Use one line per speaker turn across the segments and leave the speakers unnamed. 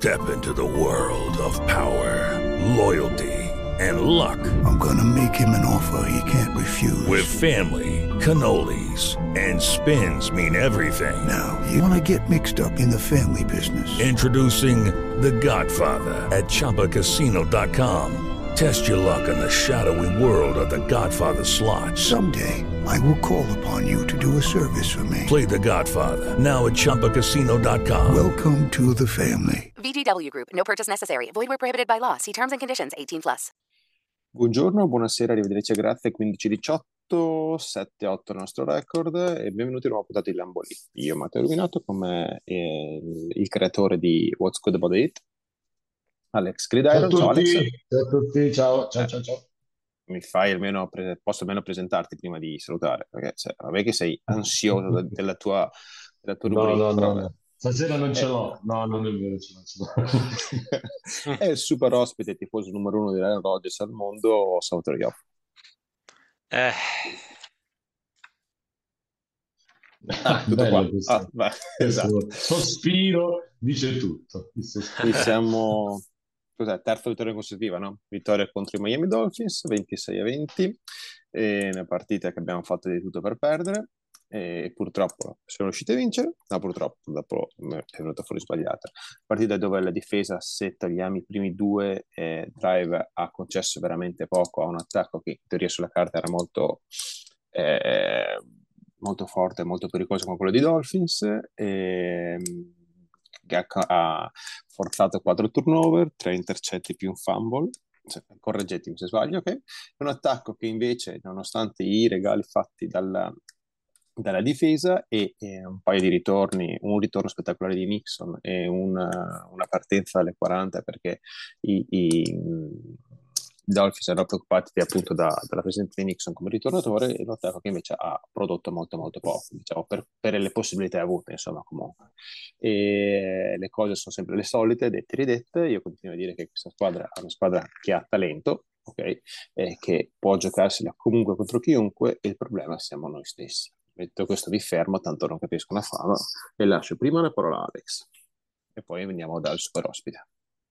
Step into the world of power, loyalty, and luck.
I'm gonna make him an offer he can't refuse.
With family, cannolis, and spins mean everything.
Now, you wanna get mixed up in the family business.
Introducing The Godfather at ChumbaCasino.com. Test your luck in the shadowy world of The Godfather slot.
Someday, I will call upon you to do a service for me.
Play The Godfather now at ChumbaCasino.com.
Welcome to the family.
VGW Group. No purchase necessary. Void where prohibited by law. See terms and conditions. 18+.
Buongiorno, buonasera, arrivederci, grazie. 15:18, 7-8 il nostro record e benvenuti in una puntata di Lambo Lì. Io, Matteo Rubinato, con me il creatore di What's Good About It, Alex Gridiron. Ciao Alex.
Ciao a tutti, ciao.
Mi fai almeno, posso almeno presentarti prima di salutare, perché vabbè che sei ansioso della tua rubrica.
No. Stasera non ce l'ho. No, non è vero, ce l'ho.
È il super ospite tifoso numero 1 di Aaron Rodgers al mondo, Salvatore Ioff. Tutto qua. Esatto.
Sospiro, dice tutto.
Qui siamo... terza vittoria consecutiva, no? Vittoria contro i Miami Dolphins, 26-20, una partita che abbiamo fatto di tutto per perdere, e purtroppo sono riusciti a vincere. No, purtroppo, dopo è venuta fuori sbagliata. Partita dove la difesa, se togliamo i primi due drive, ha concesso veramente poco a un attacco che in teoria sulla carta era molto forte, molto pericoloso come quello di Dolphins, che ha forzato 4 turnover, 3 intercetti più un fumble, correggetemi se sbaglio, ok? È un attacco che invece, nonostante i regali fatti dalla difesa e un paio di ritorni, un ritorno spettacolare di Nixon e una partenza alle 40, perché i Dolphins erano preoccupati appunto dalla presenza di Nixon come ritornatore, e l'attacco che invece ha prodotto molto poco, diciamo, per le possibilità avute, insomma, comunque. E le cose sono sempre le solite, dette e ridette. Io continuo a dire che questa squadra è una squadra che ha talento, ok? E che può giocarsela comunque contro chiunque, e il problema siamo noi stessi. Detto questo vi fermo, tanto non capisco una fama, e lascio prima la parola a Alex e poi veniamo dal super ospite.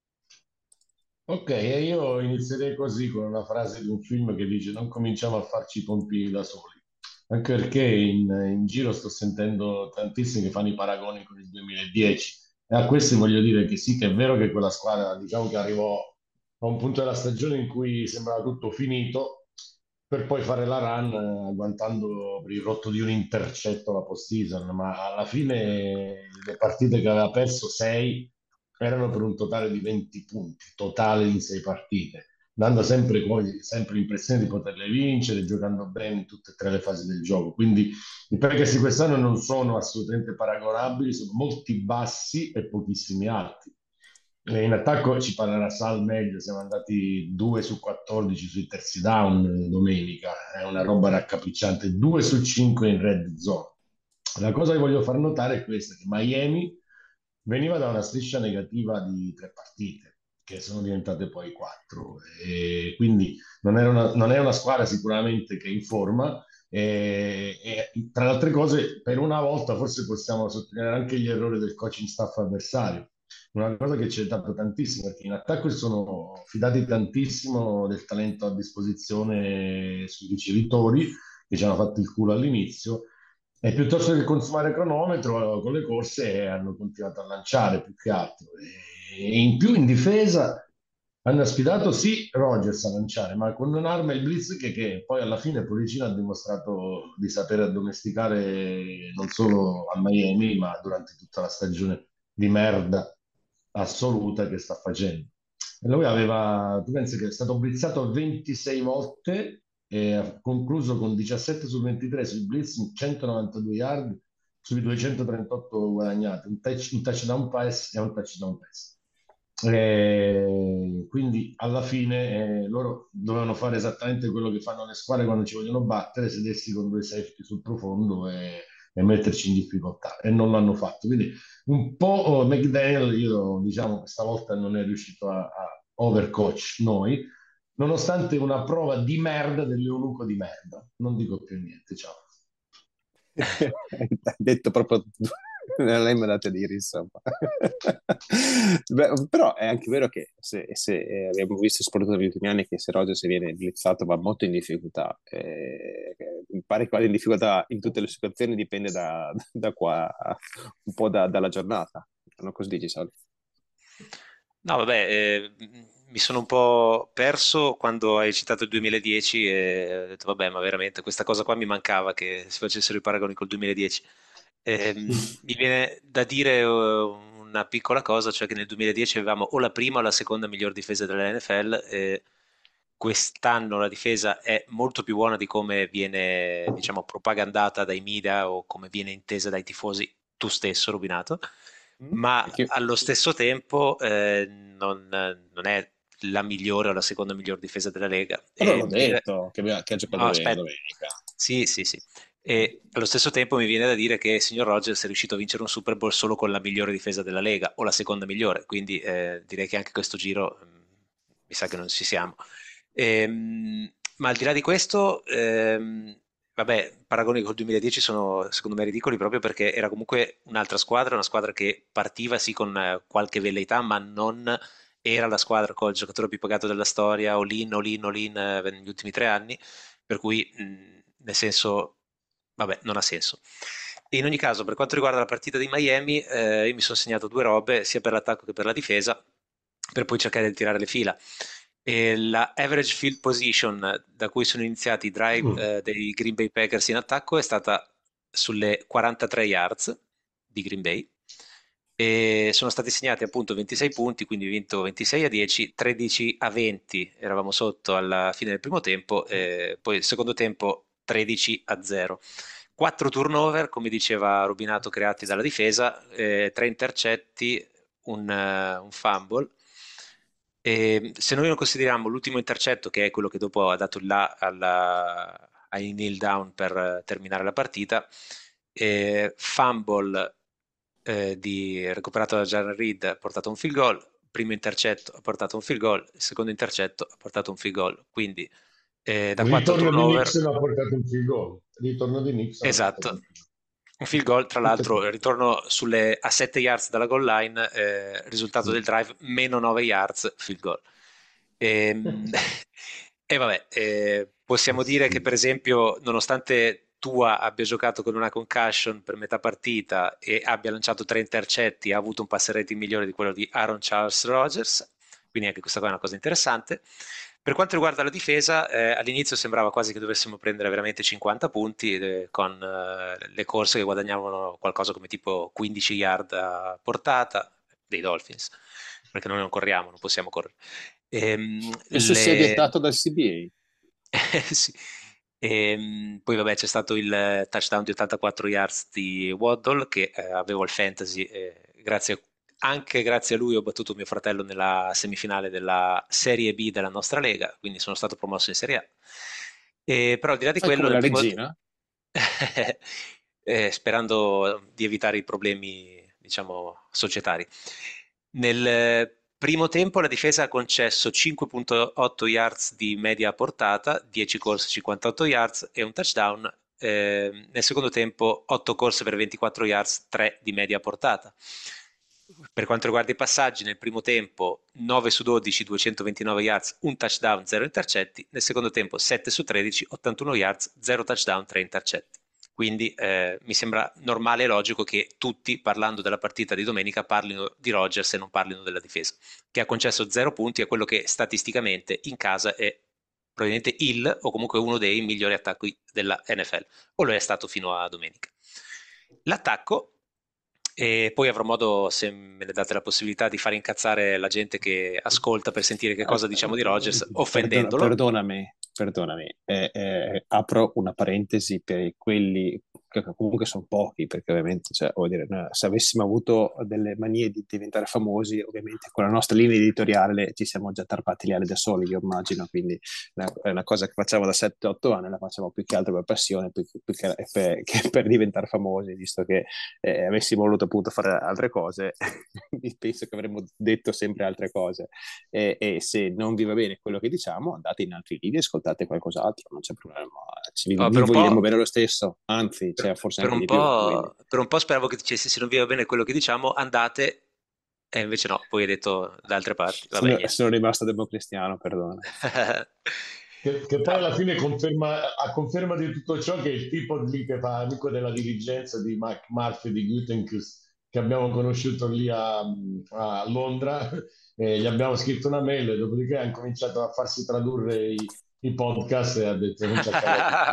Ok, e io inizierei così con una frase di un film che dice: non cominciamo a farci i pompini da soli, anche perché in giro sto sentendo tantissimi che fanno i paragoni con il 2010, e a questi voglio dire che sì, che è vero che quella squadra, diciamo, che arrivò a un punto della stagione in cui sembrava tutto finito, per poi fare la run agguantando per il rotto di un intercetto la postseason, ma alla fine le partite che aveva perso 6 erano per un totale di 20 punti, totale in 6 partite, dando sempre l'impressione di poterle vincere, giocando bene in tutte e 3 le fasi del gioco. Quindi i Packers di quest'anno non sono assolutamente paragonabili, sono molti bassi e pochissimi alti. In attacco ci parlerà Sal meglio, siamo andati 2 su 14 sui terzi down domenica, è una roba raccapricciante, 2 su 5 in red zone. La cosa che voglio far notare è questa, che Miami veniva da una striscia negativa di 3 partite, che sono diventate poi 4, e quindi non è una squadra sicuramente che è in forma, e tra le altre cose, per una volta forse possiamo sottolineare anche gli errori del coaching staff avversario. Una cosa che ci è dato tantissimo, perché in attacco sono fidati tantissimo del talento a disposizione sui ricevitori, che ci hanno fatto il culo all'inizio, e piuttosto che consumare cronometro con le corse hanno continuato a lanciare più che altro. E in più in difesa hanno sfidato sì Rodgers a lanciare, ma con un'arma, il blitz, che poi alla fine Pollicino ha dimostrato di saper addomesticare non solo a Miami, ma durante tutta la stagione di merda assoluta che sta facendo. E lui tu pensi che è stato blitzato 26 volte e ha concluso con 17 su 23 sui blitz, 192 yard sui 238 guadagnati, un touchdown pass e un touchdown pass. Quindi alla fine loro dovevano fare esattamente quello che fanno le squadre quando ci vogliono battere, sedersi con 2 safety sul profondo e metterci in difficoltà, e non l'hanno fatto. Quindi un po' McDaniel, io diciamo, stavolta non è riuscito a overcoach noi, nonostante una prova di merda dell'eunuco di merda. Non dico più niente, ciao.
Hai detto proprio Non l'hai mandato a dire, insomma. Beh, però è anche vero che abbiamo visto soprattutto negli ultimi anni che se Rodgers viene blitzato va molto in difficoltà. Mi pare che vada in difficoltà in tutte le situazioni, dipende da qua, un po' dalla giornata. Non così dici, Sal?
No, vabbè, mi sono un po' perso quando hai citato il 2010 e ho detto, vabbè, ma veramente questa cosa qua mi mancava che si facessero i paragoni col 2010. Mi viene da dire una piccola cosa, cioè che nel 2010 avevamo o la prima o la seconda miglior difesa dell'NFL. Quest'anno la difesa è molto più buona di come viene, diciamo, propagandata dai media o come viene intesa dai tifosi, tu stesso, Rubinato, ma
Perché
allo stesso tempo non è la migliore o la seconda miglior difesa della Lega.
però
E
l'ho
mi viene...
detto che ha
No,
giocato bene
aspetta.
domenica.
Sì, sì, sì. E allo stesso tempo mi viene da dire che il signor Rodgers è riuscito a vincere un Super Bowl solo con la migliore difesa della Lega o la seconda migliore, quindi direi che anche questo giro mi sa che non ci siamo. Ma al di là di questo, vabbè, paragoni col 2010 sono secondo me ridicoli proprio perché era comunque un'altra squadra, una squadra che partiva sì con qualche velleità, ma non era la squadra col giocatore più pagato della storia, all-in, negli ultimi 3 anni, per cui nel senso, vabbè, non ha senso. E in ogni caso, per quanto riguarda la partita di Miami, io mi sono segnato due robe, sia per l'attacco che per la difesa, per poi cercare di tirare le fila. E la average field position da cui sono iniziati i drive dei Green Bay Packers in attacco è stata sulle 43 yards di Green Bay e sono stati segnati appunto 26 punti, quindi vinto 26-10, 13-20, eravamo sotto alla fine del primo tempo, poi il secondo tempo 13-0. 4 turnover, come diceva Rubinato, creati dalla difesa, 3 intercetti, un fumble. E se noi non consideriamo l'ultimo intercetto, che è quello che dopo ha dato il là ai kneel down per terminare la partita, fumble recuperato da Jaren Reed ha portato un field goal, primo intercetto ha portato un field goal, il secondo intercetto ha portato un field goal, quindi da
Il
4
ritorno di
turnover,
Nixon ha portato un field goal. Il ritorno di Nixon ha portato un
esatto,
field
un field goal, tra
goal. Tutte e
l'altro,
tre.
ritorno a 7 yards dalla goal line, risultato del drive meno 9 yards, field goal. E vabbè, possiamo dire che per esempio, nonostante Tua abbia giocato con una concussion per metà partita e abbia lanciato 3 intercetti, ha avuto un passer rating migliore di quello di Aaron Charles Rogers, quindi anche questa qua è una cosa interessante. Per quanto riguarda la difesa, all'inizio sembrava quasi che dovessimo prendere veramente 50 punti con le corse che guadagnavano qualcosa come tipo 15 yard a portata dei Dolphins, perché noi non corriamo, non possiamo correre.
Adesso si è
Le...
vietato dal CBA.
Sì. Poi vabbè c'è stato il touchdown di 84 yards di Waddle che avevo al fantasy anche grazie a lui ho battuto mio fratello nella semifinale della Serie B della nostra Lega, quindi sono stato promosso in Serie A. Però al di là di
Fai
quello,
come la regina?
sperando di evitare i problemi, diciamo, societari. Nel primo tempo la difesa ha concesso 5,8 yards di media portata, 10 corse 58 yards e un touchdown. Nel secondo tempo 8 corse per 24 yards, 3 di media portata. Per quanto riguarda i passaggi, nel primo tempo 9 su 12, 229 yards, un touchdown, 0 intercetti. Nel secondo tempo 7 su 13, 81 yards, 0 touchdown, 3 intercetti. Quindi mi sembra normale e logico che tutti, parlando della partita di domenica, parlino di Rodgers e non parlino della difesa, che ha concesso 0 punti a quello che statisticamente in casa è probabilmente il o comunque uno dei migliori attacchi della NFL, o lo è stato fino a domenica. L'attacco, e poi avrò modo, se me ne date la possibilità, di fare incazzare la gente che ascolta per sentire che cosa diciamo di Rodgers, offendendolo.
Perdonami, apro una parentesi per quelli che comunque sono pochi, perché ovviamente, cioè, voglio dire, se avessimo avuto delle manie di diventare famosi, ovviamente con la nostra linea editoriale ci siamo già tarpati le ali da soli, io immagino, quindi è una cosa che facciamo da 7-8 anni, la facciamo più che altro per passione, più che per diventare famosi, visto che avessimo voluto appunto fare altre cose, penso che avremmo detto sempre altre cose. E se non vi va bene quello che diciamo, andate in altri lidi e ascoltate qualcos'altro, non c'è problema. Vi
Per un
vogliamo
po',
bene lo stesso, anzi, cioè, forse anche di più. Quindi.
Per un po' speravo che dicessi se non vi va bene quello che diciamo, andate, e invece no, poi hai detto da altre parti. Vabbè,
Sono,
niente.
sono rimasto democristiano, perdona.
Che poi
No.
alla fine a conferma di tutto ciò che è il tipo lì che fa amico della dirigenza di Murphy di Gutenkust che abbiamo conosciuto lì a Londra, gli abbiamo scritto una mail, dopodiché ha cominciato a farsi tradurre i podcast e ha detto non c'è cagato.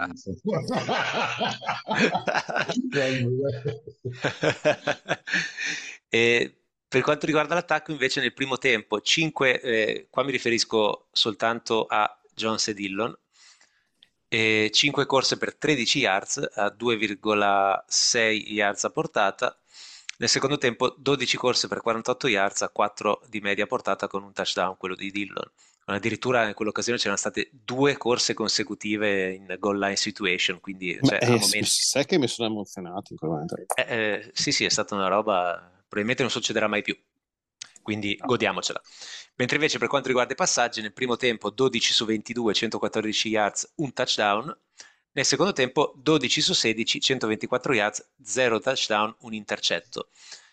E per quanto riguarda l'attacco, invece, nel primo tempo, 5, qua mi riferisco soltanto a Jones e Dillon, 5 corse per 13 yards a 2,6 yards a portata. Nel secondo tempo 12 corse per 48 yards a 4 di media portata con un touchdown, quello di Dillon. Addirittura in quell'occasione c'erano state 2 corse consecutive in goal line situation, quindi
Ma
cioè, a momenti...
sai che mi sono emozionato in quel momento lì.
Sì, sì, è stata una roba, probabilmente non succederà mai più, quindi
No.
godiamocela. Mentre invece per quanto riguarda i passaggi, nel primo tempo 12 su 22, 114 yards, un touchdown. Nel secondo tempo 12 su 16, 124 yards, 0 touchdown, un intercetto.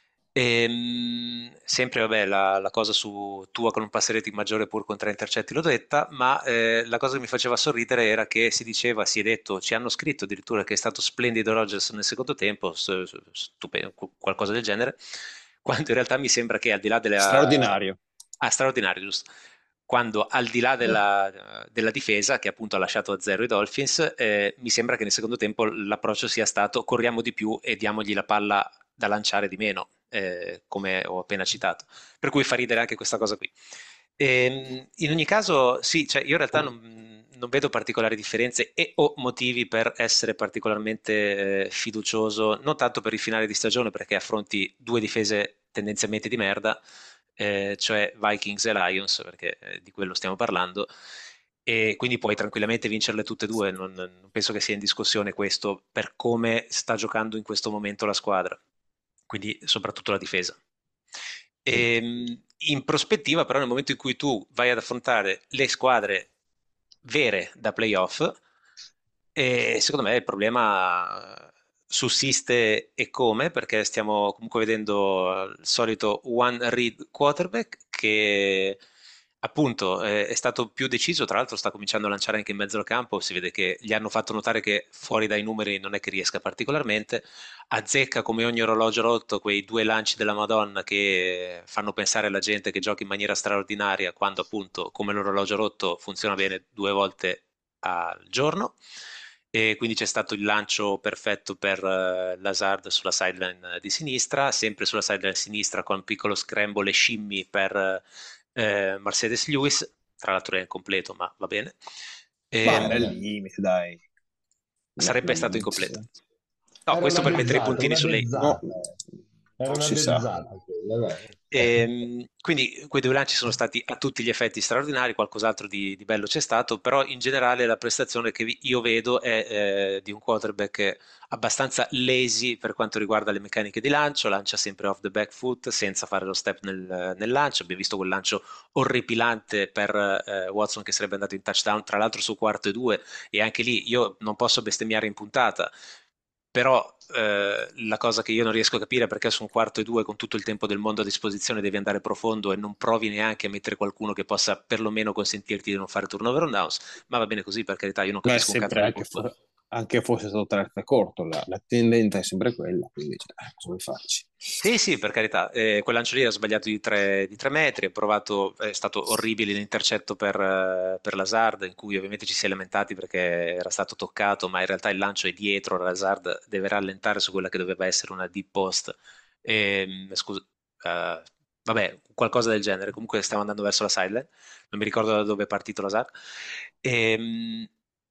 Sempre vabbè, la cosa su Tua con un passer rating maggiore pur con 3 intercetti l'ho detta, ma la cosa che mi faceva sorridere era che si diceva, si è detto, ci hanno scritto addirittura che è stato splendido Rodgers nel secondo tempo, stupendo, qualcosa del genere, quando in realtà mi sembra che al di là della...
Straordinario.
Ah, straordinario, giusto. Quando al di là della difesa, che appunto ha lasciato a zero i Dolphins, mi sembra che nel secondo tempo l'approccio sia stato corriamo di più e diamogli la palla da lanciare di meno, come ho appena citato. Per cui fa ridere anche questa cosa qui. In ogni caso, sì, cioè io in realtà non vedo particolari differenze e o motivi per essere particolarmente fiducioso, non tanto per il finale di stagione, perché affronti 2 difese tendenzialmente di merda, cioè Vikings e Lions, perché di quello stiamo parlando, e quindi puoi tranquillamente vincerle tutte e due, non penso che sia in discussione questo per come sta giocando in questo momento la squadra, quindi soprattutto la difesa. In prospettiva, però, nel momento in cui tu vai ad affrontare le squadre vere da playoff, secondo me il problema sussiste e come, perché stiamo comunque vedendo il solito one read quarterback che appunto è stato più deciso, tra l'altro sta cominciando a lanciare anche in mezzo al campo, si vede che gli hanno fatto notare che fuori dai numeri non è che riesca particolarmente, azzecca come ogni orologio rotto quei 2 lanci della Madonna che fanno pensare alla gente che giochi in maniera straordinaria quando appunto come l'orologio rotto funziona bene 2 volte al giorno, e quindi c'è stato il lancio perfetto per Lazard sulla sideline di sinistra, sempre sulla sideline sinistra con un piccolo scramble e shimmy per Mercedes Lewis, tra l'altro è incompleto ma va bene.
Ma era il
Ehm,
limite, dai.
Sarebbe stato incompleto. No,
Era
questo
una
per mettere i
bezzata,
puntini
una
su lei.
No,
bezzata. Era
non
una
si sa.
bezzata quella, dai.
Quindi quei 2 lanci sono stati a tutti gli effetti straordinari, qualcos'altro di bello c'è stato, però in generale la prestazione che io vedo è di un quarterback abbastanza lazy per quanto riguarda le meccaniche di lancio, lancia sempre off the back foot senza fare lo step nel lancio, abbiamo visto quel lancio orripilante per Watson che sarebbe andato in touchdown, tra l'altro su 4 e 2, e anche lì io non posso bestemmiare in puntata, però la cosa che io non riesco a capire è perché su un 4 e 2 con tutto il tempo del mondo a disposizione devi andare profondo e non provi neanche a mettere qualcuno che possa perlomeno consentirti di non fare turnover on downs, ma va bene così, per carità, io non
Ma è
capisco un cazzo
sempre
di
anche,
football.
anche fosse stato terzo e corto, la tendenza è sempre quella, quindi cosa vuoi farci?
Sì, sì, per carità, quel lancio lì ha sbagliato di 3 metri, ha provato, è stato orribile l'intercetto per Lazard, in cui ovviamente ci si è lamentati perché era stato toccato, ma in realtà il lancio è dietro, Lazard deve rallentare su quella che doveva essere una deep post. Scusa, vabbè, qualcosa del genere, comunque stava andando verso la sideline, non mi ricordo da dove è partito Lazard. Ehm,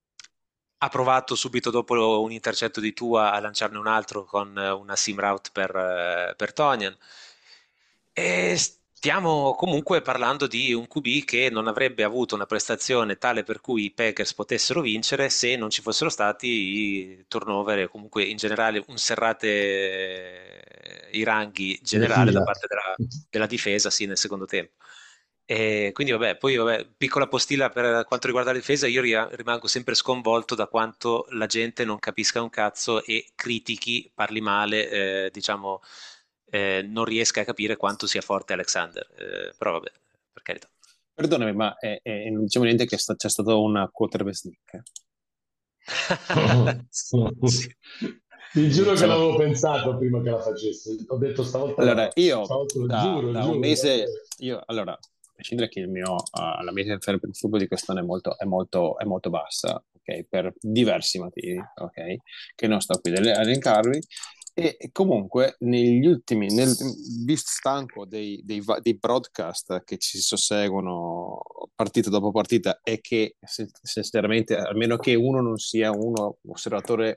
Ha provato subito dopo un intercetto di Tua a lanciarne un altro con una sim route per Tonyan. E stiamo comunque parlando di un QB che non avrebbe avuto una prestazione tale per cui i Packers potessero vincere se non ci fossero stati i turnover e comunque in generale un serrate i ranghi
Le
generale da
fila.
parte della difesa, sì, nel secondo tempo. E quindi vabbè, poi vabbè, piccola postilla per quanto riguarda la difesa, io rimango sempre sconvolto da quanto la gente non capisca un cazzo e critichi, parli male, diciamo, non riesca a capire quanto sia forte Alexander. Però vabbè, per carità.
Perdonami, ma non diciamo niente che c'è stato una quarterback sneak.
Sì.
Ti giuro che
Insomma,
l'avevo pensato prima che la facessi. Ho detto stavolta
allora,
no.
io
Stavolta lo giuro,
da un
giuro.
mese, allora, a prescindere che la mia intenzione per il football di quest'anno è molto bassa, ok, per diversi motivi, ok, che non sto qui a elencarvi, e comunque negli ultimi, visto stanco dei broadcast che ci susseguono partita dopo partita e che sinceramente, almeno che uno non sia uno osservatore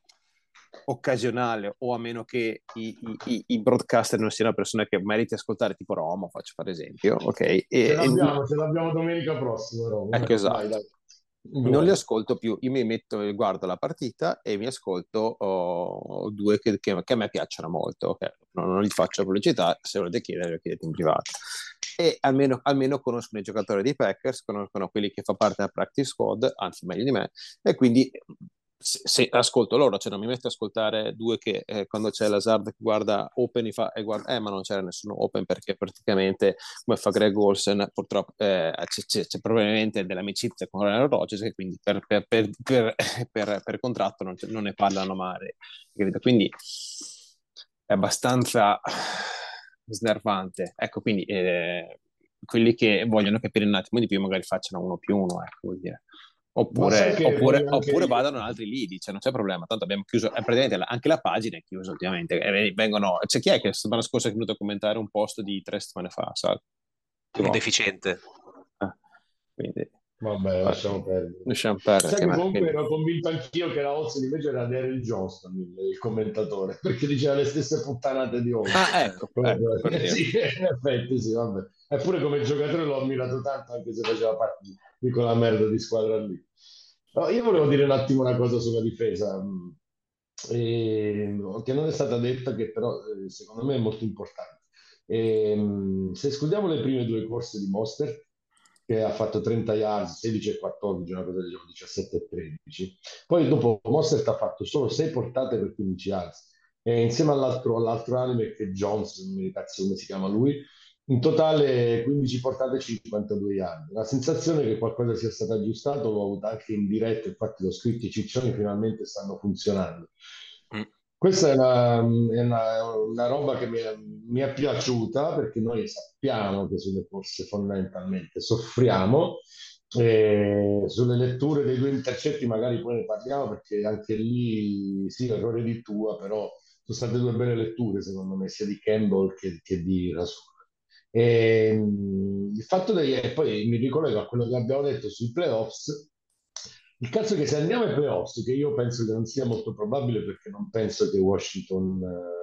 occasionale o a meno che i broadcaster non siano persone che meriti ascoltare, tipo Romo, faccio per esempio, ok?
Ce l'abbiamo domenica prossima, Roma.
Ecco,
Dai,
esatto.
dai.
Non li
Buono.
ascolto più, io mi metto e guardo la partita e mi ascolto due che a me piacciono molto, ok? Non gli faccio pubblicità, se volete chiedere, lo chiedete in privato. E almeno conoscono i giocatori dei Packers, conoscono quelli che fa parte della practice squad, anzi meglio di me, e quindi se ascolto loro, cioè non mi metto ad ascoltare due che quando c'è Lazard che guarda Open e guarda, ma non c'era nessuno Open perché praticamente come fa Greg Olsen, purtroppo c'è probabilmente dell'amicizia con Aaron Rodgers e quindi per contratto non ne parlano male. Capito? Quindi è abbastanza snervante. Ecco, quindi quelli che vogliono capire un attimo di più magari facciano uno più uno, ecco, vuol dire.
Ma sai che poi anche
Oppure vadano in altri lidi, cioè non c'è problema, tanto abbiamo chiuso, praticamente anche la pagina è chiusa ultimamente, c'è chi è che settimana scorsa è venuto a commentare un post di 3 settimane fa, sai?
Un
Tipo,
deficiente.
quindi,
vabbè,
vabbè,
lasciamo perdere.
lasciamo perdere,
Sai che comunque
quindi.
ero convinto anch'io che era Olsen, invece era Daryl Johnston il commentatore, perché diceva le stesse puttanate di Olsen.
Ah, ecco, per dire.
Sì, in effetti sì, vabbè. Eppure come giocatore l'ho ammirato tanto, anche se faceva parte di quella merda di squadra lì. No, io volevo dire un attimo una cosa sulla difesa, che non è stata detta, che però secondo me è molto importante. Se escludiamo le prime due corse di Mostert, che ha fatto 30 yards, 16 e 14, una cosa del genere, 17 e 13, poi dopo Mostert ha fatto solo 6 portate per 15 yards, e insieme all'altro anime che è Jones, non mi ricordo come si chiama lui, in totale 15 portate e 52 yard. La sensazione che qualcosa sia stato aggiustato l'ho avuta anche in diretta, infatti l'ho scritto, i ciccioni finalmente stanno funzionando.
Mm.
Questa una roba che mi è piaciuta, perché noi sappiamo che sulle corse fondamentalmente soffriamo, e sulle letture dei due intercetti magari poi ne parliamo, perché anche lì sì, errore di tua, però sono state due belle letture secondo me, sia di Campbell che di Rasul. Il fatto e poi mi ricollego a quello che abbiamo detto sui playoffs. Il caso è che se andiamo ai playoffs, che io penso che non sia molto probabile, perché non penso che Washington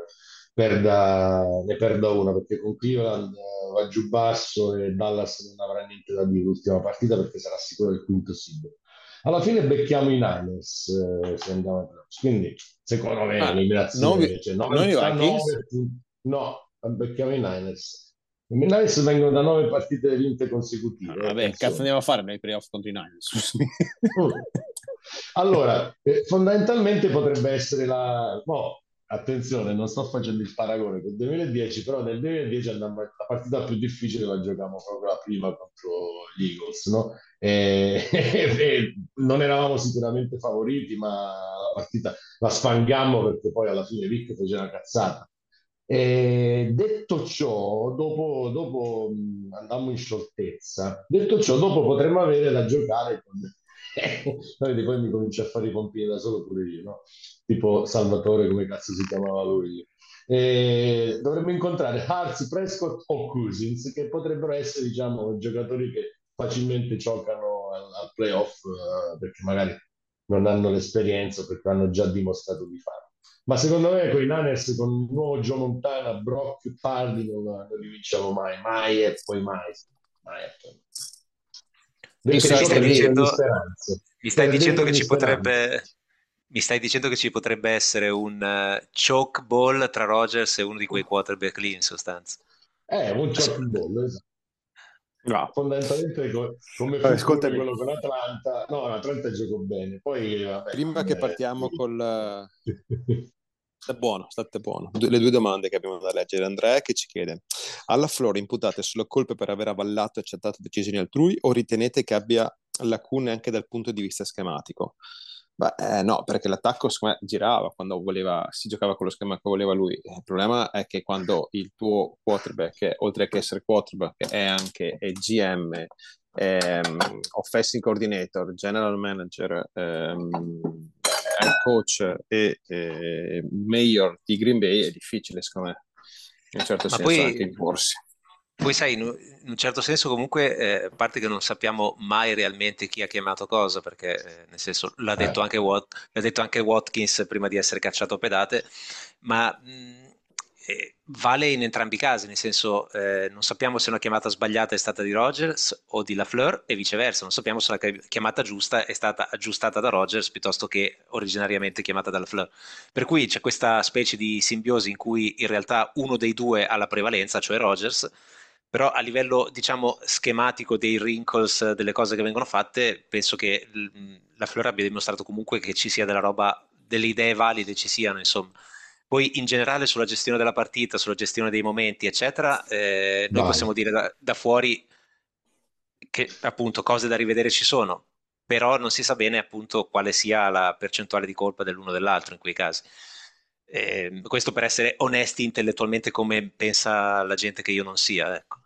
ne perda una, perché con Cleveland va giù basso e Dallas non avrà niente da dire l'ultima partita perché sarà sicuro il quinto seed. Alla fine becchiamo i Niners se andiamo ai playoffs. Quindi secondo me
Ah, non,
eliminazione, cioè
non i
9 da
Vikings?
9, no, becchiamo i Niners. I Niners vengono da 9 partite vinte consecutive,
Vabbè, cazzo
attenzione.
andiamo a fare nei playoff contro i Niners? Scusami.
Mm. Allora, fondamentalmente potrebbe essere no, attenzione, non sto facendo il paragone col 2010, però nel 2010 la partita più difficile la giocavamo proprio la prima contro gli Eagles, no? E non eravamo sicuramente favoriti, ma la partita la sfangammo perché poi alla fine Vic fece una cazzata. E detto ciò, dopo andammo in scioltezza. Detto ciò, dopo potremmo avere da giocare con... Vedi, poi mi comincio a fare i compiti da solo pure io, no? Tipo Salvatore, come cazzo si chiamava lui. E dovremmo incontrare Hartz, Prescott o Cousins, che potrebbero essere, diciamo, giocatori che facilmente giocano al playoff, perché magari non hanno l'esperienza, o perché hanno già dimostrato di farlo. Ma secondo me con i Niners, con il nuovo Joe Montana, Brock Pardi, non li vinciamo mai, mai e poi mai. Mai e poi mai.
Penso
Detto
Quindi
ciò, per esempio di speranze.
mi stai
Per
dicendo
detto
che
di
ci
speranze.
potrebbe, mi stai dicendo che ci potrebbe essere un choke ball tra Rodgers e uno di quei quarterback lì, in sostanza.
Un chalk ball, esatto.
No.
Fondamentalmente come fu pure
Ascoltami,
quello con Atlanta. No, Atlanta giocò bene. Poi, vabbè,
prima che partiamo col... State buono. Le due domande che abbiamo da leggere. Andrea che ci chiede: alla Flora imputate solo colpe per aver avallato e accettato decisioni altrui o ritenete che abbia lacune anche dal punto di vista schematico? Beh, no, perché l'attacco secondo me girava quando voleva, si giocava con lo schema che voleva lui. Il problema è che quando il tuo quarterback, oltre che essere quarterback, è anche GM, offensive coordinator, general manager, head coach e mayor di Green Bay, è difficile, secondo me, in un certo
Ma
senso, anche
poi,
imporsi.
poi sai, in un certo senso comunque, a parte che non sappiamo mai realmente chi ha chiamato cosa, perché nel senso
eh,
l'ha detto anche Watkins prima di essere cacciato a pedate, ma vale in entrambi i casi, nel senso non sappiamo se una chiamata sbagliata è stata di Rodgers o di LaFleur e viceversa, non sappiamo se la chiamata giusta è stata aggiustata da Rodgers piuttosto che originariamente chiamata da LaFleur. Per cui c'è questa specie di simbiosi in cui in realtà uno dei due ha la prevalenza, cioè Rodgers, però a livello, diciamo, schematico dei wrinkles, delle cose che vengono fatte, penso che la Fleur abbia dimostrato comunque che ci sia della roba, delle idee valide ci siano, insomma. Poi in generale sulla gestione della partita, sulla gestione dei momenti, eccetera, noi
vai.
possiamo dire da fuori che appunto cose da rivedere ci sono, però non si sa bene appunto quale sia la percentuale di colpa dell'uno o dell'altro in quei casi. Questo per essere onesti intellettualmente come pensa la gente che io non sia, ecco.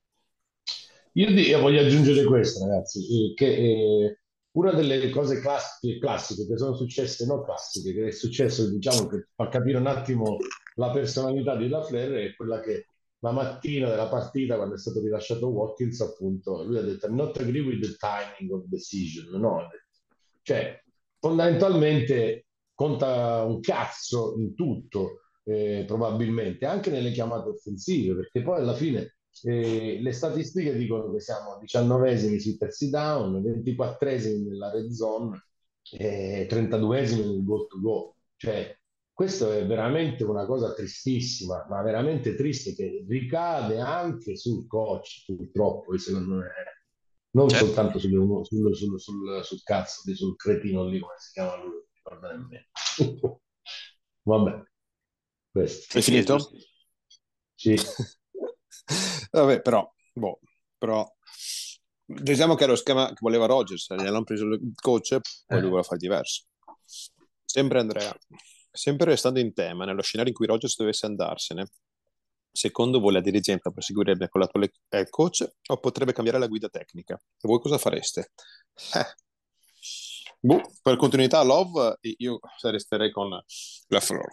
Io voglio aggiungere questo, ragazzi, che una delle cose classiche che sono successe, non classiche, che è successo, diciamo, che fa capire un attimo la personalità di Lafleur è quella che la mattina della partita, quando è stato rilasciato Watkins, appunto, lui ha detto "I'm not agree with the timing of decision", no? Ha detto. Cioè, fondamentalmente conta un cazzo in tutto, probabilmente, anche nelle chiamate offensive, perché poi alla fine le statistiche dicono che siamo 19esimi sui terzi down, 24esimi nella red zone e 32esimi nel goal to go. Cioè, questo è veramente una cosa tristissima, ma veramente triste che ricade anche sul coach, purtroppo, secondo me. Non
Certo.
soltanto sul cazzo, sul cretino lì, come si chiama lui, non ricordo nemmeno. Vabbè, questo.
Hai
Sì, sì, è
finito?
giusto.
Sì.
Vabbè, però, diciamo che era lo schema che voleva Rodgers, gli hanno preso il coach e poi lui
Eh.
voleva fare diverso. Sempre Andrea, sempre restando in tema, nello scenario in cui Rodgers dovesse andarsene, secondo voi la dirigenza proseguirebbe con l'attuale head coach o potrebbe cambiare la guida tecnica? E voi cosa fareste? Eh, per continuità Love, io resterei con la Flor.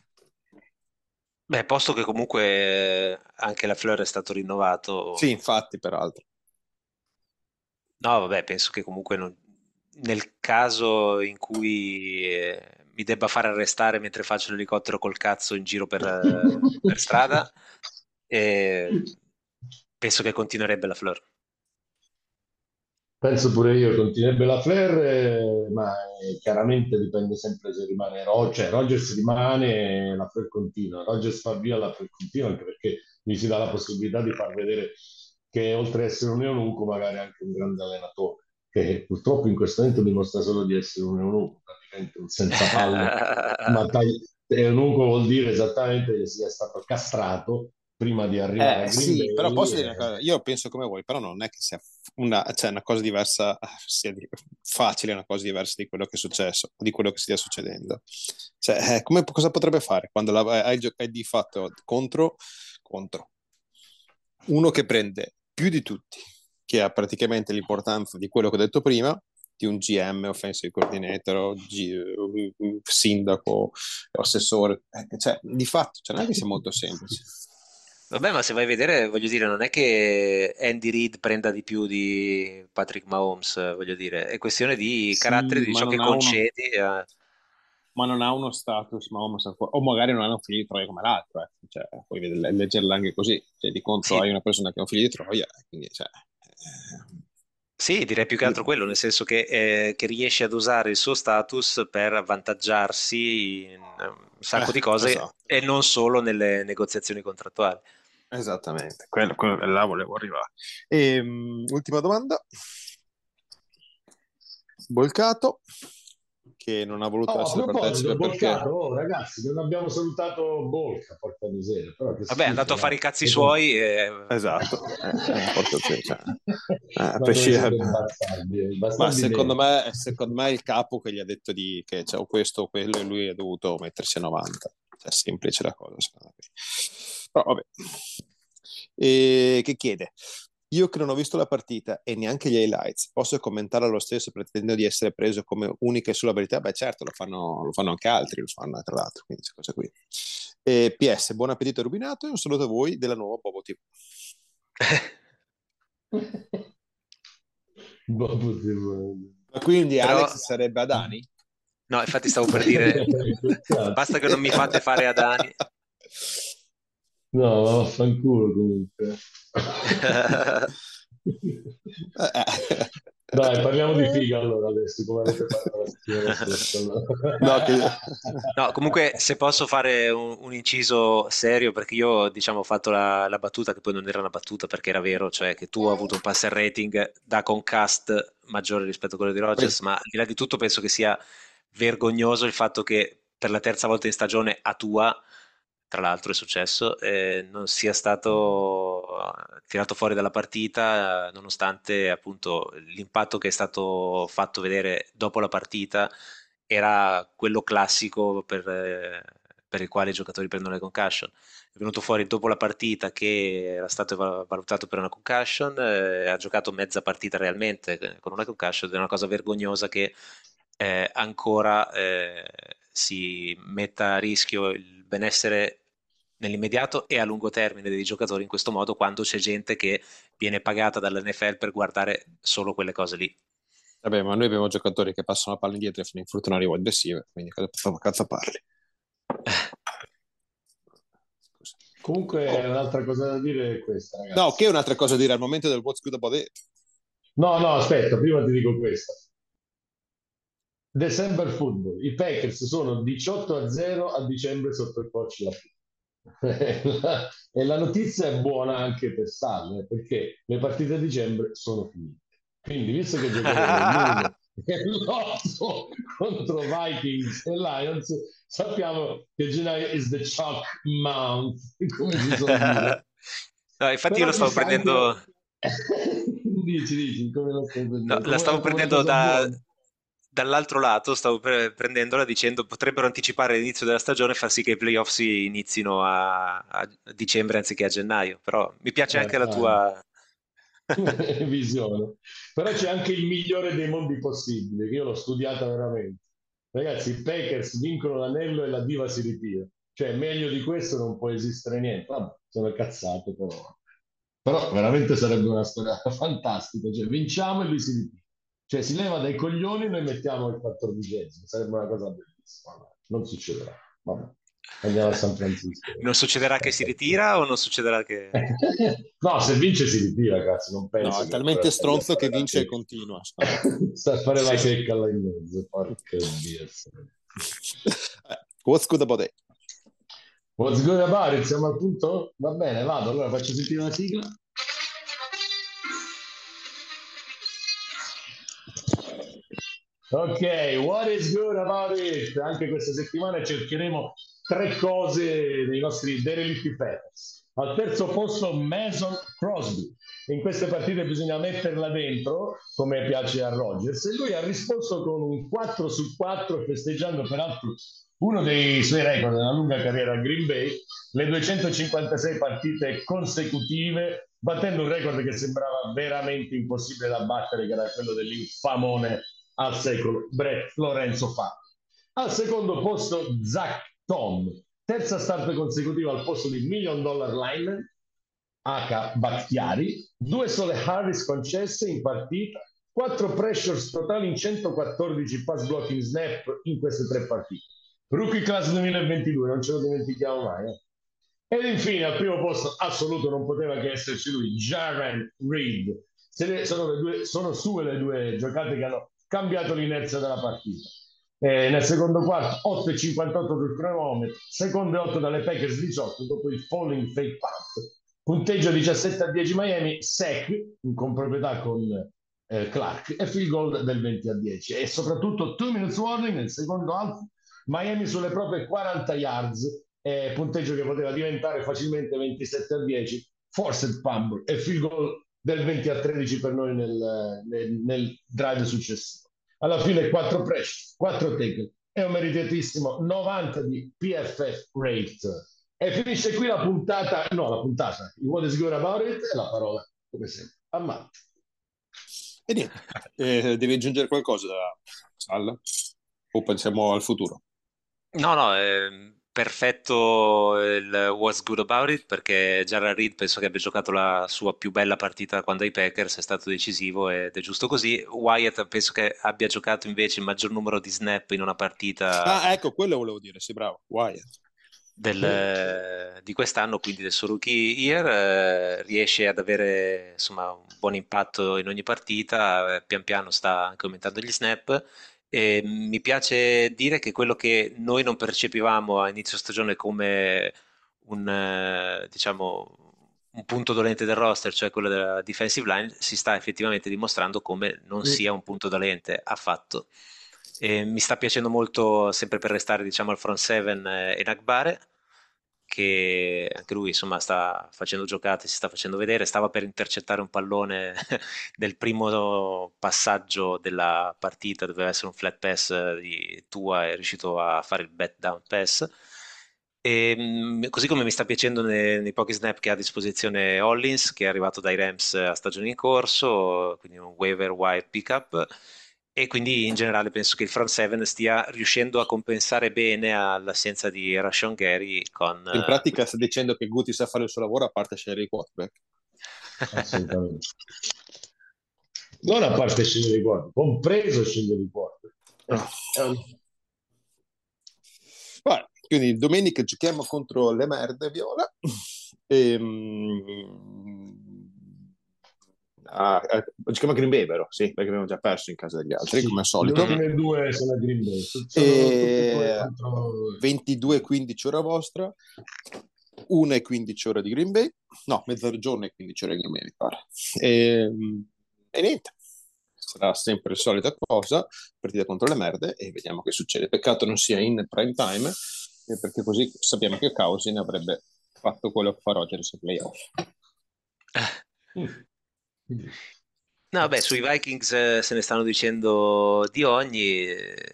Beh, posto che comunque anche la Fleur è stato
Sì,
rinnovato,
infatti, peraltro.
no, vabbè, penso che comunque nel caso in cui mi debba fare arrestare mentre faccio l'elicottero col cazzo in giro per strada, eh, penso che continuerebbe la Fleur.
Penso pure io, continuerebbe la Flair, ma chiaramente dipende sempre se rimane cioè Rodgers rimane, la Flair continua, Rodgers fa via, la Flair continua, anche perché gli si dà la possibilità di far vedere che oltre ad essere un eunuco, magari anche un grande allenatore, che purtroppo in questo momento dimostra solo di essere un eunuco, praticamente un senza palle, ma eunuco vuol dire esattamente che sia stato castrato prima di arrivare a Green
Sì, però
Bay.
posso dire una cosa, io penso come voi, però non è che sia una cosa diversa, sia facile una cosa diversa di quello che è successo, di quello che stia succedendo. Cioè, cosa potrebbe fare quando hai di fatto contro uno che prende più di tutti, che ha praticamente l'importanza di quello che ho detto prima, di un GM, offensive coordinator, sindaco, assessore, cioè, di fatto, cioè, non è che sia molto semplice.
Vabbè, ma se vai a vedere, voglio dire, non è che Andy Reid prenda di più di Patrick Mahomes, voglio dire, è questione di carattere,
Sì,
di ciò che concedi.
ma non ha uno status, o magari non hanno un figlio di Troia come l'altro, cioè, puoi leggerla anche così, cioè, di contro
Sì,
hai una persona che ha un figlio di Troia, quindi, cioè,
sì, direi più che altro quello, nel senso che riesce ad usare il suo status per avvantaggiarsi in un sacco di
lo
cose
so.
e non solo nelle negoziazioni contrattuali.
Esattamente, là volevo arrivare. Ultima domanda. Bolcato, che non ha voluto
Oh, a
essere
proposito,
partecipe perché...
Bolcato, oh, ragazzi, non abbiamo salutato Bolca, porca miseria, però che
Vabbè, è andato
schifo,
a fare
dai.
i cazzi suoi
Esatto, porca zia, cioè,
Ma come
pesci-
siete bastardi,
ma
bastardi neri.
secondo me è il capo che gli ha detto che c'è questo o quello e lui ha dovuto mettersi a 90. Cioè, è semplice la cosa, secondo me. Però vabbè. Che chiede? Io che non ho visto la partita e neanche gli highlights, posso commentare lo stesso pretendendo di essere preso come unica e sola verità? Beh, certo, lo fanno anche altri, lo fanno tra l'altro, quindi queste cose qui. PS, buon appetito rubinato e un saluto a voi della nuova Bobo TV. Ma quindi
però
Alex sarebbe Adani?
no, infatti stavo per dire basta che non mi fate fare Adani.
No, ma vaffanculo comunque. Dai, parliamo di figa allora adesso, come avete fatto la settimana scorsa.
No,
No, comunque se posso fare un inciso serio, perché io diciamo ho fatto la battuta che poi non era una battuta perché era vero, cioè che tu hai avuto un passer rating da Concast maggiore rispetto a quello di Rodgers, ma al di là di tutto penso che sia vergognoso il fatto che per la terza volta in stagione a tua, tra l'altro è successo, non sia stato tirato fuori dalla partita, nonostante appunto l'impatto che è stato fatto vedere dopo la partita era quello classico per il quale i giocatori prendono le concussion. È venuto fuori dopo la partita che era stato valutato per una concussion, ha giocato mezza partita realmente con una concussion ed è una cosa vergognosa che ancora si metta a rischio il benessere nell'immediato e a lungo termine dei giocatori in questo modo quando c'è gente che viene pagata dall'NFL per guardare solo quelle cose lì.
vabbè, ma noi abbiamo giocatori che passano la palla indietro e fanno infortunare i wide receiver, quindi cosa cazzo parli? Scusa.
Comunque, un'altra cosa da dire è questa,
No,
ragazzi.
che è un'altra cosa a dire al momento del What's Good About It?
No, no, aspetta, prima ti dico questa. December Football, i Packers sono 18-0 a dicembre sotto il coach e la notizia è buona anche per Sal, perché le partite a dicembre sono finite. Quindi, visto che giocheremo l'1 e l'8 contro Vikings e Lions, sappiamo che gennaio is the chalk month, come si suol dire.
No, infatti io
Però
lo
ci
stavo
sta
prendendo,
anche... dici, come lo stai
no,
prendendo?
la stavo
Come una
prendendo
cosa buona.
dall'altro lato, stavo prendendola dicendo potrebbero anticipare l'inizio della stagione e far sì che i playoff si inizino a dicembre anziché a gennaio, però mi piace anche la
Ah.
tua...
Visione. Però c'è anche il migliore dei mondi possibili, che io l'ho studiata veramente. Ragazzi, i Packers vincono l'anello e la diva si ritira. Cioè, meglio di questo non può esistere niente. Vabbè, sono cazzate, però. Però veramente sarebbe una storia fantastica. Cioè, vinciamo e lui si ritira. Cioè, si leva dai coglioni e noi mettiamo il 14esimo. Sarebbe una cosa bellissima. Vabbè, non succederà. Vabbè. Andiamo a San Francisco.
Non succederà che si ritira o non succederà che...
No, se vince si ritira, cazzo, non
No,
penso
è
che ancora
talmente
sta lì a
stronzo
fare
che
la
vince e
checca.
continua.
Sta a fare la
Sì, sì.
checca là in mezzo, porca Dio.
What's Good About It?
What's good about it? Siamo al punto? Va bene, vado, allora faccio sentire la sigla. Ok, what is good about it? Anche questa settimana cercheremo tre cose dei nostri derelitti Packers. Al terzo posto Mason Crosby. In queste partite bisogna metterla dentro, come piace a Rodgers, e lui ha risposto con un 4 su 4, festeggiando peraltro uno dei suoi record nella lunga carriera a Green Bay, le 256 partite consecutive, battendo un record che sembrava veramente impossibile da battere, che era quello dell'infamone al secolo Brett Lorenzo fa. Al secondo posto Zach Tom, terza start consecutiva al posto di $1 million lineman H. Bakhtiari, due sole Harris concesse in partita, 4 pressures totali in 114 pass blocking snap in queste tre partite. Rookie class 2022, non ce lo dimentichiamo mai. Ed infine al primo posto assoluto non poteva che esserci lui, Jaren Reed. Sono sue le due giocate che hanno cambiato l'inerzia della partita. Nel secondo quarto 8,58 sul cronometro, secondo e 8 dalle Packers 18 dopo il falling fake punt. Punteggio 17-10 Miami, sec in comproprietà con Clark e field goal del 20-10 e soprattutto 2 minutes warning nel secondo half, Miami sulle proprie 40 yards, punteggio che poteva diventare facilmente 27-10, forced fumble e field goal del 20-13 per noi nel drive successivo. Alla fine 4 pressure, 4 tackle e un meritatissimo 90 di PFF rate. E finisce qui la puntata, what is good about it, e la parola, come sempre, a Matt.
E niente, devi aggiungere qualcosa, Sal? O pensiamo al futuro?
No, perfetto il What's Good About It, perché Jarrah Reed penso che abbia giocato la sua più bella partita quando ai Packers, è stato decisivo ed è giusto così. Wyatt penso che abbia giocato invece il maggior numero di snap in una partita
Ah, ecco, quello volevo dire, sì, bravo, Wyatt.
di quest'anno, quindi del suo rookie year, riesce ad avere insomma un buon impatto in ogni partita, pian piano sta anche aumentando gli snap. E mi piace dire che quello che noi non percepivamo a inizio stagione come diciamo, un punto dolente del roster, cioè quello della defensive line, si sta effettivamente dimostrando come non sia un punto dolente affatto. E mi sta piacendo molto, sempre per restare diciamo al front seven, Enagbare, che anche lui insomma sta facendo giocate, si sta facendo vedere, stava per intercettare un pallone nel primo passaggio della partita, doveva essere un flat pass di Tua, è riuscito a fare il bat down pass. E, così come mi sta piacendo nei pochi snap che ha a disposizione Hollins, che è arrivato dai Rams a stagione in corso, quindi un waiver wire pickup. E quindi in generale penso che il front seven stia riuscendo a compensare bene all'assenza di Rashawn Gary con
In pratica sta dicendo che Guti sa fare il suo lavoro a parte scegliere i quarterback.
Assolutamente. Non a parte scegliere i quarterback, compreso scegliere i quarterback.
Vabbè, quindi domenica giochiamo contro le merde viola. Giochiamo a Green Bay, vero? Sì, perché abbiamo già perso in casa degli altri,
Sì,
come al
le
solito.
ultime due sono a Green Bay. Sono tutti e due contro
22-15 ora vostra, 1:15 ora di Green Bay, no, mezzogiorno e 15 ore di Green Bay, mi pare. E niente, sarà sempre la solita cosa, partita contro le merde e vediamo che succede. Peccato non sia in prime time, perché così sappiamo che Cousins avrebbe fatto quello che fa Rodgers ai playoff.
No, beh, sui Vikings se ne stanno dicendo di ogni.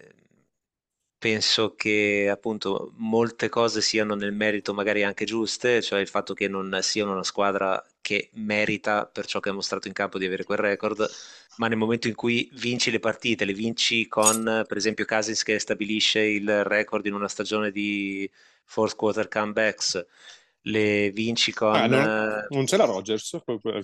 Penso che appunto molte cose siano nel merito magari anche giuste, cioè il fatto che non siano una squadra che merita per ciò che ha mostrato in campo di avere quel record, ma nel momento in cui vinci le partite, le vinci con per esempio Cousins che stabilisce il record in una stagione di fourth quarter comebacks, le vinci con
Non c'è la Rodgers,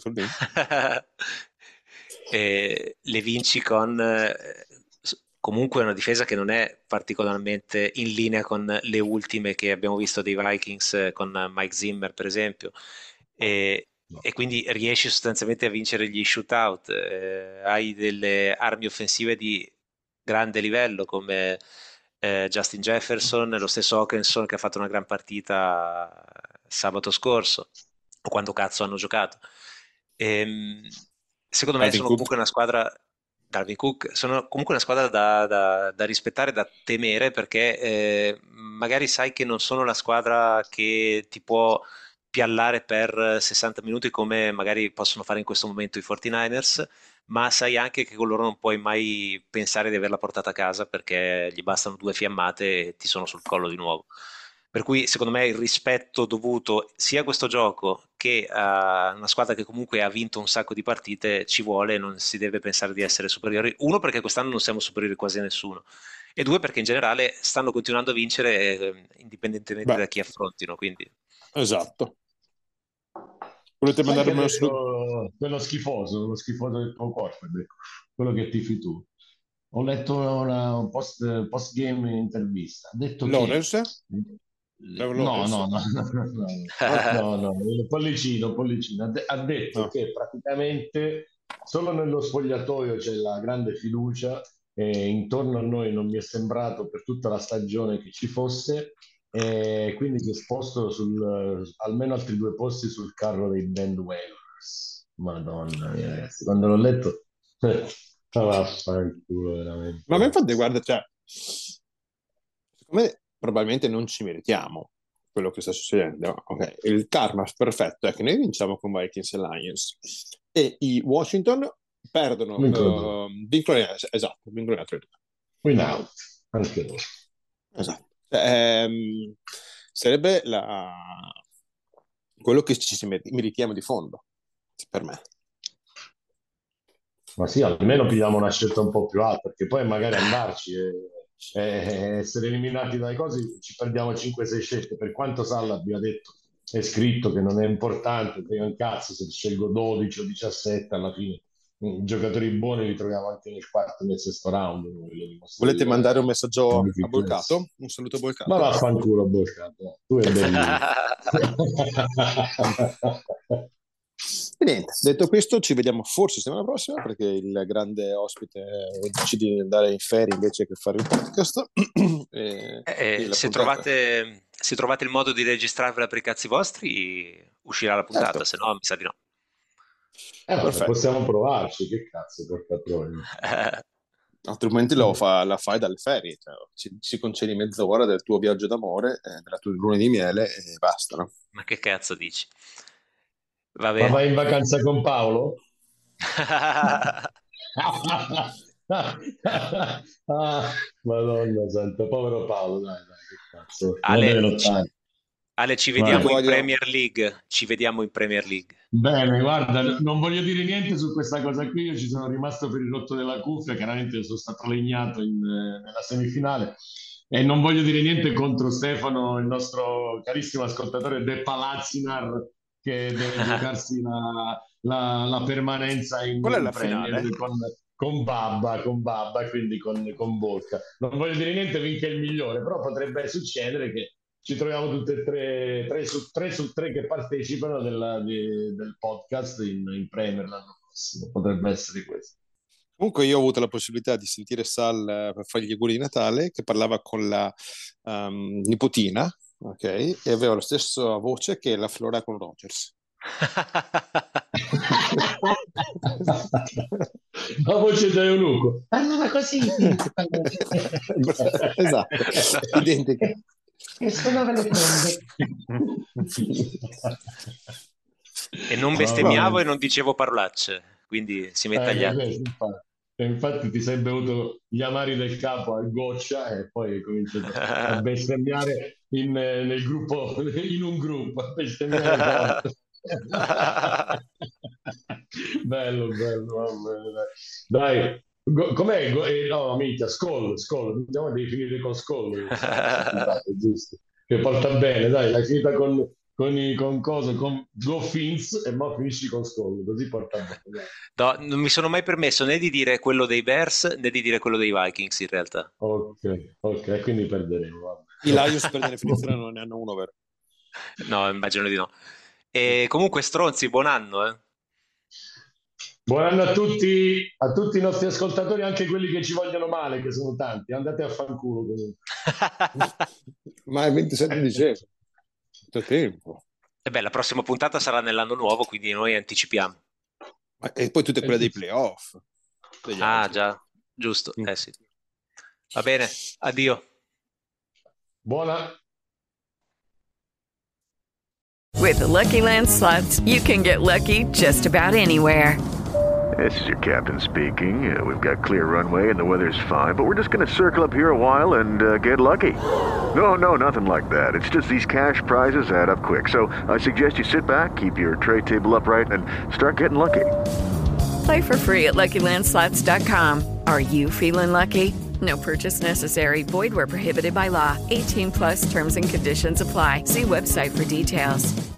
le vinci con comunque una difesa che non è particolarmente in linea con le ultime che abbiamo visto dei Vikings, con Mike Zimmer per esempio, e, e quindi riesci sostanzialmente a vincere gli shootout, hai delle armi offensive di grande livello come Justin Jefferson, lo stesso Hawkinson che ha fatto una gran partita sabato scorso, o quando cazzo hanno giocato. Secondo me
Dalvin
sono
Cook.
comunque una squadra, Dalvin Cook, sono comunque una squadra da rispettare, da temere, perché magari sai che non sono la squadra che ti può piallare per 60 minuti come magari possono fare in questo momento i 49ers, ma sai anche che con loro non puoi mai pensare di averla portata a casa perché gli bastano due fiammate e ti sono sul collo di nuovo. Per cui secondo me il rispetto dovuto sia a questo gioco che a una squadra che comunque ha vinto un sacco di partite ci vuole, non si deve pensare di essere superiori. Uno, perché quest'anno non siamo superiori quasi a nessuno, e due, perché in generale stanno continuando a vincere indipendentemente
Beh,
da chi affrontino. Quindi
esatto. Volete
Sai che
mandarmi
ha
uno saluto?
detto quello schifoso del tuo corpo, quello che tifi tu. Ho letto un post game intervista. Ha detto che
Lawrence? Trevor
no,
Lawrence?
no, no, no, no,
Ah,
no, no, pollicino. Ha detto
no.
che praticamente solo nello spogliatoio c'è la grande fiducia e intorno a noi non mi è sembrato per tutta la stagione che ci fosse e quindi si è esposto almeno altri 2 posti sul carro dei bandwagoners. Madonna mia, ragazzi, quando l'ho letto vaffanculo veramente.
Ma a me infatti, guarda, cioè, secondo me probabilmente non ci meritiamo quello che sta succedendo. Ok, il karma perfetto è che noi vinciamo con Vikings e Lions e i Washington perdono, vincono in 3-2.
Win out, anche loro.
Esatto. Sarebbe quello che ci meritiamo di fondo, per me.
Ma sì, almeno pigliamo una scelta un po' più alta, perché poi magari andarci e essere eliminati dai cosi ci perdiamo 5-6 scelte. Per quanto Salla abbia detto, è scritto che non è importante, frega un cazzo se scelgo 12 o 17 alla fine. I giocatori buoni li troviamo anche nel quarto e nel sesto round.
Volete mandare un messaggio a Bolcato? Un saluto a Bolcato.
Ma vaffanculo Bolcato, tu è bellissimo.
E niente, detto questo, ci vediamo forse settimana prossima, perché il grande ospite decide di andare in ferie invece che fare il podcast.
Se trovate il modo di registrarvela per i cazzi vostri, uscirà la puntata,
certo.
Se no mi sa di no.
Possiamo provarci, che cazzo, porca troia.
Altrimenti la fai dalle ferie, cioè, ci concedi mezz'ora del tuo viaggio d'amore, della tua luna di miele e basta, no?
Ma che cazzo dici?
Va bene. Ma vai in vacanza con Paolo? Madonna santa, povero Paolo, dai, che cazzo.
Ale, ci vediamo in Premier League. Ci vediamo in Premier League.
Bene, guarda, non voglio dire niente su questa cosa qui. Io ci sono rimasto per il rotto della cuffia. Chiaramente sono stato legnato nella semifinale. E non voglio dire niente contro Stefano, il nostro carissimo ascoltatore De Palazzinar, che deve giocarsi la permanenza in Premier con Babba, quindi con Bolca. Non voglio dire niente finché è il migliore, però potrebbe succedere che ci troviamo tutte e tre su tre che partecipano del podcast in Premier l'anno prossimo. Potrebbe essere questo.
Comunque io ho avuto la possibilità di sentire Sal per fargli gli auguri di Natale, che parlava con la nipotina, ok? E aveva la stessa voce che la Flora con Rogers.
La voce da eunuco.
Parlava così.
Esatto, identica.
E suonava le trombe.
E non bestemmiavo e non dicevo parolacce, quindi si mette agli atti.
Infatti ti sei bevuto gli amari del capo al goccia e poi hai cominciato a bestemmiare nel gruppo, in un gruppo, a bestemmiare. bello, dai. Com'è? No, minchia, Skoll, andiamo a definire con Skoll, giusto, che porta bene, dai, l'hai finita con Go Fins e ora finisci con Skoll, così porta bene.
No, non mi sono mai permesso né di dire quello dei Bears né di dire quello dei Vikings in realtà.
Ok, quindi perderemo. Vabbè.
I Lions per definizione non ne hanno uno, vero?
No, immagino di no. E comunque stronzi, buon anno,
Buon anno a tutti i nostri ascoltatori, anche quelli che ci vogliono male, che sono tanti. Andate a fanculo comunque.
Ma è 27 dicembre. Tempo.
E beh, la prossima puntata sarà nell'anno nuovo, quindi noi anticipiamo.
E poi tutte quelle dei playoff.
Già, giusto. Sì. Va bene, addio.
Buona.
With the Lucky Land Slots, you can get lucky just about anywhere.
This is your captain speaking. We've got clear runway and the weather's fine, but we're just going to circle up here a while and get lucky. No, nothing like that. It's just these cash prizes add up quick. So I suggest you sit back, keep your tray table upright, and start getting lucky.
Play for free at LuckyLandSlots.com. Are you feeling lucky? No purchase necessary. Void where prohibited by law. 18+ terms and conditions apply. See website for details.